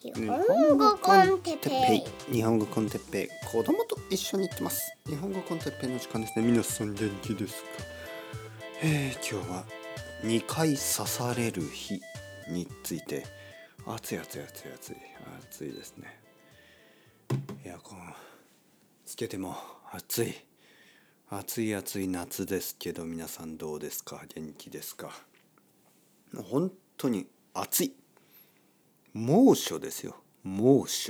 日本語コンテッペイ。 日本語コンテッペイ、子供と一緒に行ってます。日本語コンテッペイの時間ですね。皆さん元気ですか？今日は2回刺される日について。暑いですね。エアコンつけても暑い夏ですけど、皆さんどうですか？元気ですか？もう本当に暑い。猛暑ですよ。猛暑、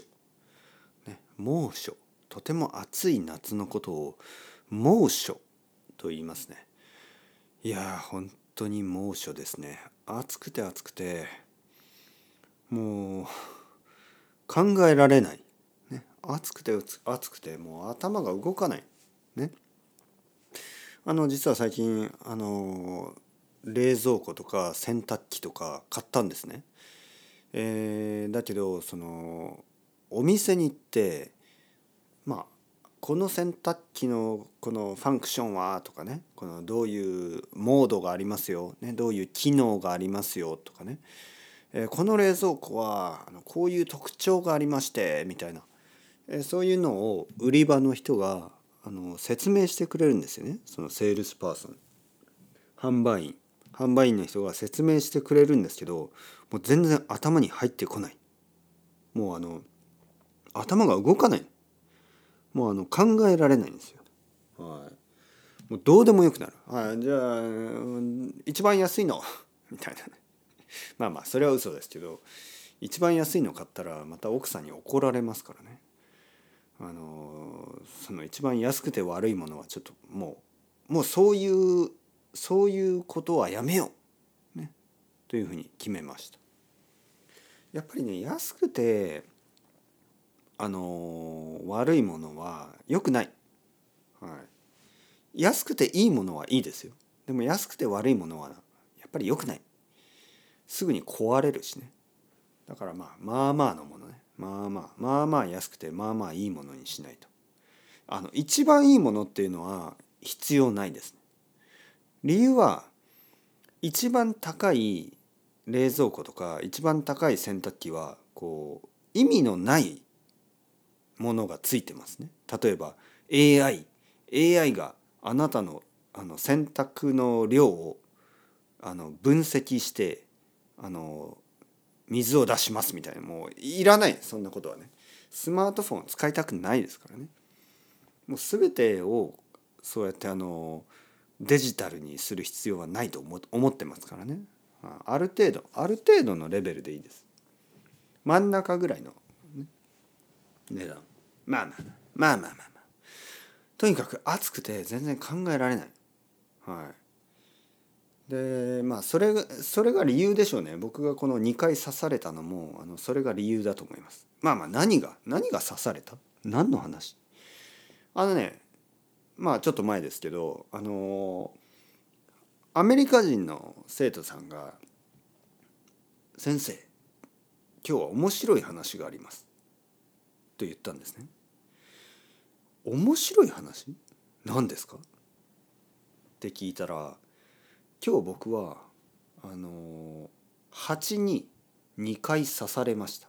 とても暑い夏のことを猛暑と言いますね。いやー、本当に猛暑ですね。暑くてもう考えられない、暑くてもう頭が動かないね。実は最近冷蔵庫とか洗濯機とか買ったんですね。だけどお店に行って、この洗濯機のこのファンクションはとかね、このどういうモードがありますよ、どういう機能がありますよとかね、この冷蔵庫はこういう特徴がありましてみたいな、そういうのを売り場の人が説明してくれるんですよね。そのセールスパーソン、販売員の人が説明してくれるんですけど、もう全然頭に入ってこない。もう頭が動かない。もう考えられないんですよ。はい。もうどうでもよくなる。はい、じゃあ一番安いのみたいなね。それは嘘ですけど、一番安いの買ったらまた奥さんに怒られますからね。その一番安くて悪いものはちょっともうそういうことはやめよう、というふうに決めました。やっぱりね、安くて悪いものは良くない。はい。安くていいものはいいですよ。でも安くて悪いものはやっぱり良くない。すぐに壊れるしね。だからまあまあのものね。まあまあ安くてまあまあいいものにしないと。一番いいものっていうのは必要ないですね。理由は、一番高い冷蔵庫とか一番高い洗濯機は意味のないものがついてますね。例えば AI があなたの洗濯の量を分析して水を出しますみたいな、もういらない、そんなことはね。スマートフォン使いたくないですからね。もう全てをそうやってデジタルにする必要はないと思ってますからね。ある程度のレベルでいいです。真ん中ぐらいの、値段。とにかく暑くて全然考えられない。はい。でそれが理由でしょうね。僕がこの2回刺されたのもそれが理由だと思います。何が刺された？何の話？ちょっと前ですけど、アメリカ人の生徒さんが「先生、今日は面白い話があります」と言ったんですね。面白い話？何ですか？って聞いたら、今日僕は蜂に2回刺されました。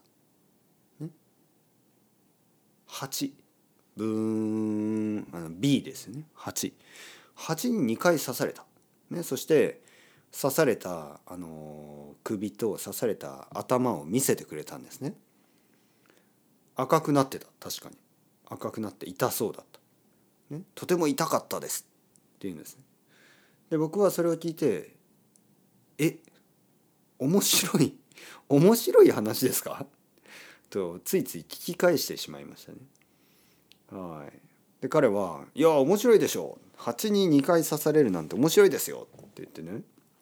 蜂、ブーン、B ですね。蜂に2回刺された。そして刺された首と刺された頭を見せてくれたんですね。赤くなってた。確かに赤くなって痛そうだった、とても痛かったですって言うんですね。で僕はそれを聞いて、面白い話ですかとついつい聞き返してしまいましたね。はい。で彼は「いや面白いでしょ、蜂に2回刺されるなんて面白いですよ」って言ってね。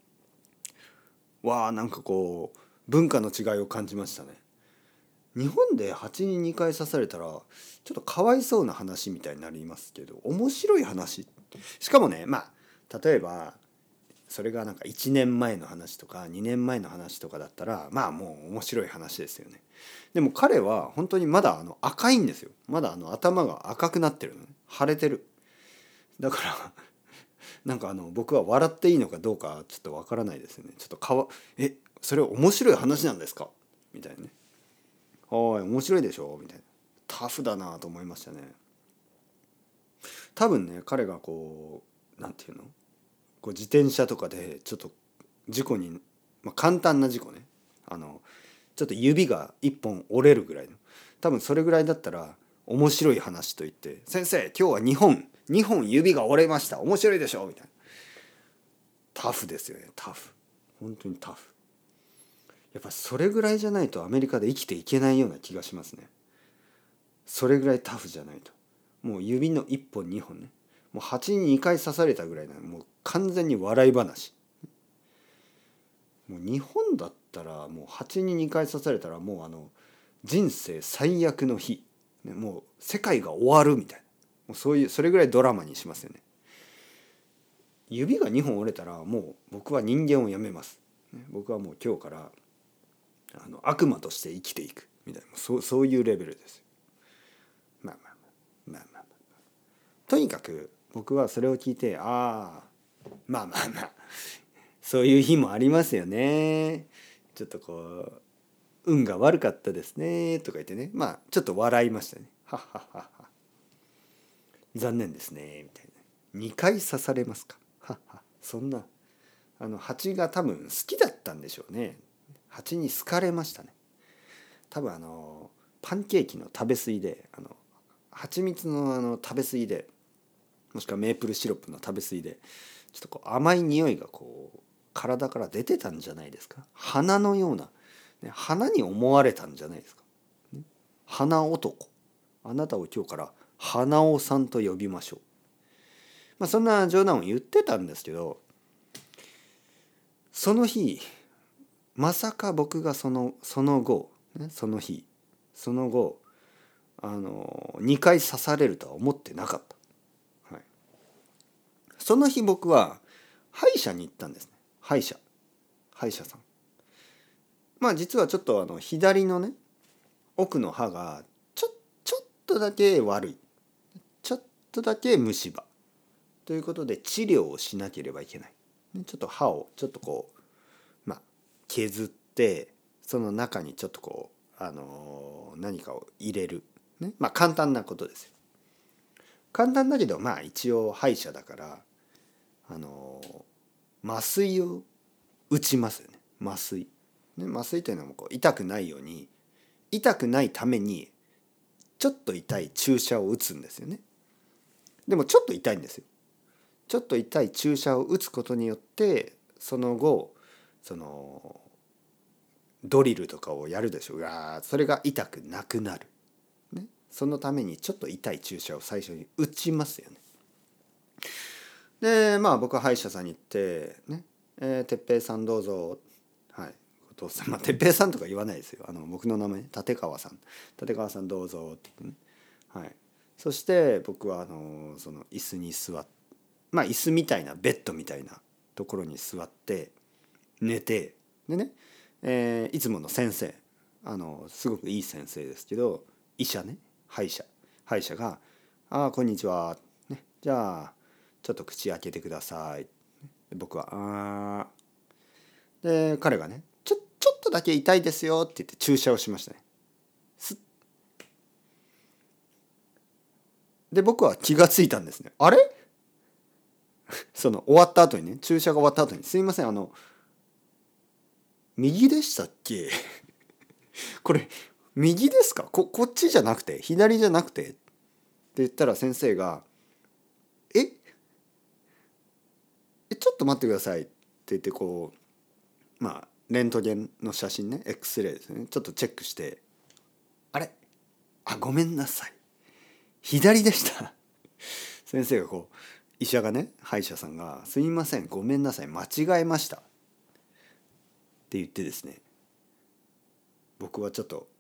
なんか文化の違いを感じましたね。日本で蜂に2回刺されたらちょっとかわいそうな話みたいになりますけど、面白い話、しかもね、例えばそれがなんか1年前の話とか2年前の話とかだったらもう面白い話ですよね。でも彼は本当にまだ赤いんですよ。まだ頭が赤くなってるのね。腫れてる。だからなんか僕は笑っていいのかどうかちょっとわからないですよね。ちょっとそれ面白い話なんですかみたいなね。 おい面白いでしょみたいな。タフだなと思いましたね。多分ね彼がこうなんていうのこう自転車とかでちょっと事故に、簡単な事故ねちょっと指が一本折れるぐらいの多分それぐらいだったら面白い話と言って先生今日は2本指が折れました面白いでしょみたいな。タフですよねタフ。本当にタフ。やっぱそれぐらいじゃないとアメリカで生きていけないような気がしますね。それぐらいタフじゃないと。もう指の1本2本ねもう蜂に2回刺されたぐらいなのもう完全に笑い話。もう日本だったらもう蜂に2回刺されたらもう人生最悪の日、ね、もう世界が終わるみたいなもうそういうそれぐらいドラマにしますよね。指が2本折れたらもう僕は人間をやめます。僕はもう今日から悪魔として生きていくみたいなそういうレベルです。まあまあまあまあまあ、とにかく僕はそれを聞いてまあまあまあそういう日もありますよね。ちょっとこう運が悪かったですねとか言ってねちょっと笑いましたね。はっはっはっは残念ですねみたいな。2回刺されますかはっは。そんな蜂が多分好きだったんでしょうね。蜂に好かれましたね。多分パンケーキの食べ過ぎで蜂蜜の食べ過ぎでもしくはメープルシロップの食べ過ぎでちょっとこう甘い匂いがこう体から出てたんじゃないですか。花のような、ね、花に思われたんじゃないですか。花男あなたを今日から花尾さんと呼びましょう。そんな冗談を言ってたんですけどその日まさか僕がその後、ね、その後2回刺されるとは思ってなかった、はい、その日僕は歯医者に行ったんですね。歯医者さん実はちょっと左のね奥の歯がちょっとだけ悪いちょっとだけ虫歯ということで治療をしなければいけない。ちょっと歯をちょっとこう削ってその中にちょっとこう何かを入れる、ね、簡単なことですよ。簡単だけど一応歯医者だから麻酔を打ちますよね。麻酔というのもこう痛くないように痛くないためにちょっと痛い注射を打つんですよね。でもちょっと痛いんですよ。ちょっと痛い注射を打つことによってその後ドリルとかをやるでしょうがそれが痛くなくなる、ね、そのためにちょっと痛い注射を最初に打ちますよね。で僕は歯医者さんに行ってね哲平さんどうぞはいお父さん哲平さんとか言わないですよ僕の名前立川さんどうぞって言ってねはいそして僕はその椅子に座って椅子みたいなベッドみたいなところに座って寝てでね、いつもの先生すごくいい先生ですけど医者ね歯医者がこんにちは、ね、じゃあちょっと口開けてください。僕はで彼がねちょっとだけ痛いですよって言って注射をしましたね。で僕は気がついたんですね。あれその終わった後にね注射が終わった後にすいません右でしたっけこれ右ですかこっちじゃなくて左じゃなくてって言ったら先生がちょっと待ってくださいって言ってこうレントゲンの写真ね X レイですねちょっとチェックしてあれごめんなさい左でした先生がこう医者がね歯医者さんがすみませんごめんなさい間違えましたって言ってですね僕はちょっと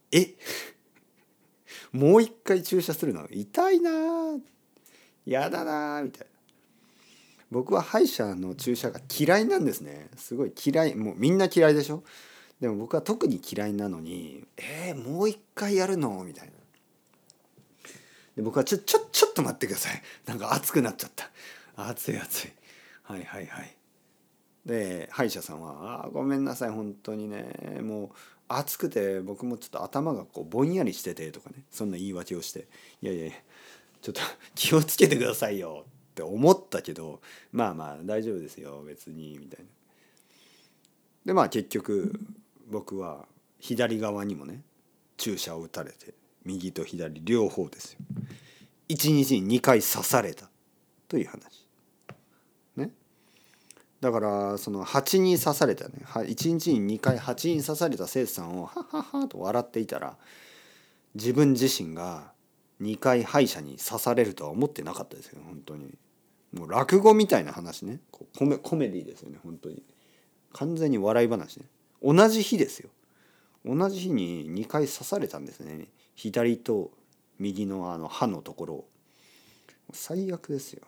もう一回注射するの痛いなやだなみたいな。僕は歯医者の注射が嫌いなんですね。すごい嫌いもうみんな嫌いでしょ。でも僕は特に嫌いなのにもう一回やるのみたいな。で僕はちょっと待ってくださいなんか熱くなっちゃった熱いはいはいはいで歯医者さんはごめんなさい本当にねも暑くて僕もちょっと頭がこうぼんやりしててとかね、そんな言い訳をして、いやいやいやちょっと気をつけてくださいよって思ったけど、まあまあ大丈夫ですよ別にみたいな。でまあ結局僕は左側にもね注射を打たれて、右と左両方ですよ。1日に2回刺されたという話ね。だからその蜂に刺されたね、1日に2回蜂に刺された生徒さんをはははと笑っていたら、自分自身が2回歯医者に刺されるとは思ってなかったですよ本当に。もう落語みたいな話ね、コメディですよね本当に。完全に笑い話ね。同じ日ですよ。同じ日に2回刺されたんですね。左と右の歯のところを。最悪ですよ。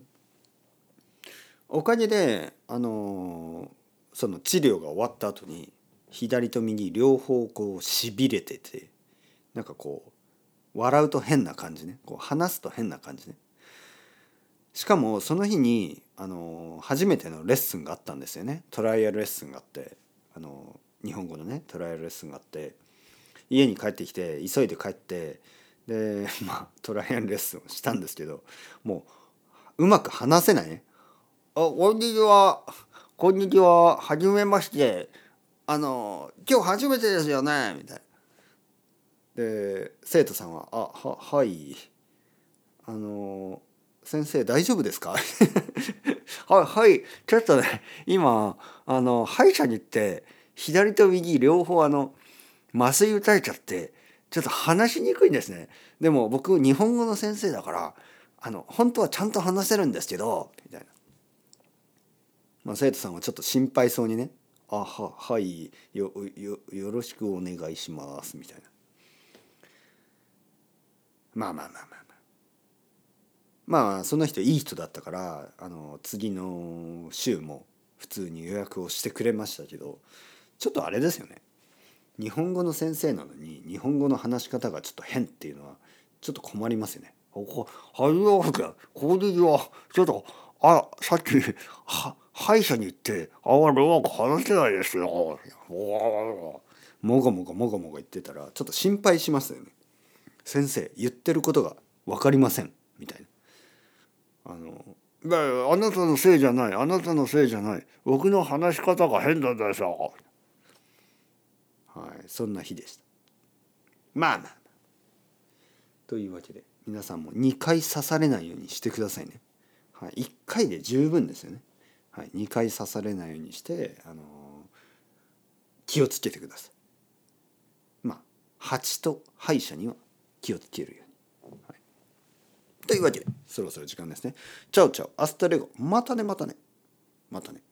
おかげでその治療が終わった後に左と右両方こうしびれてて、なんかこう笑うと変な感じね、こう話すと変な感じね。しかもその日に初めてのレッスンがあったんですよね。トライアルレッスンがあって、日本語のねトライアルレッスンがあって、家に帰ってきて急いで帰って、でまあトライアルレッスンをしたんですけど、もううまく話せないね。こんにちは。こんにちは。はじめまして。今日初めてですよね。みたいな。で、生徒さんは、はい。先生大丈夫ですかはい。ちょっとね、今、歯医者に行って、左と右両方麻酔打たれちゃって、ちょっと話しにくいんですね。でも僕、日本語の先生だから、本当はちゃんと話せるんですけど、みたいな。まあ、生徒さんはちょっと心配そうにね、はいよろしくお願いしますみたいな。まあその人いい人だったから、次の週も普通に予約をしてくれましたけど、ちょっとあれですよね。日本語の先生なのに日本語の話し方がちょっと変っていうのはちょっと困りますよね。はいよこんにちは。ちょっとさっき歯医者に行ってうまく話せないですよ。もごもごもごもご言ってたらちょっと心配しますよね。先生言ってることが分かりませんみたいな。あなたのせいじゃない、あなたのせいじゃない、僕の話し方が変なんですよ。はい、そんな日でした。まあというわけで皆さんも2回刺されないようにしてくださいね。はい、1回で十分ですよね。はい、2回刺されないようにして、気をつけてください。まあ蜂と歯医者には気をつけるように。はい、というわけでそろそろ時間ですね。チャオチャオアスタレゴ。またね。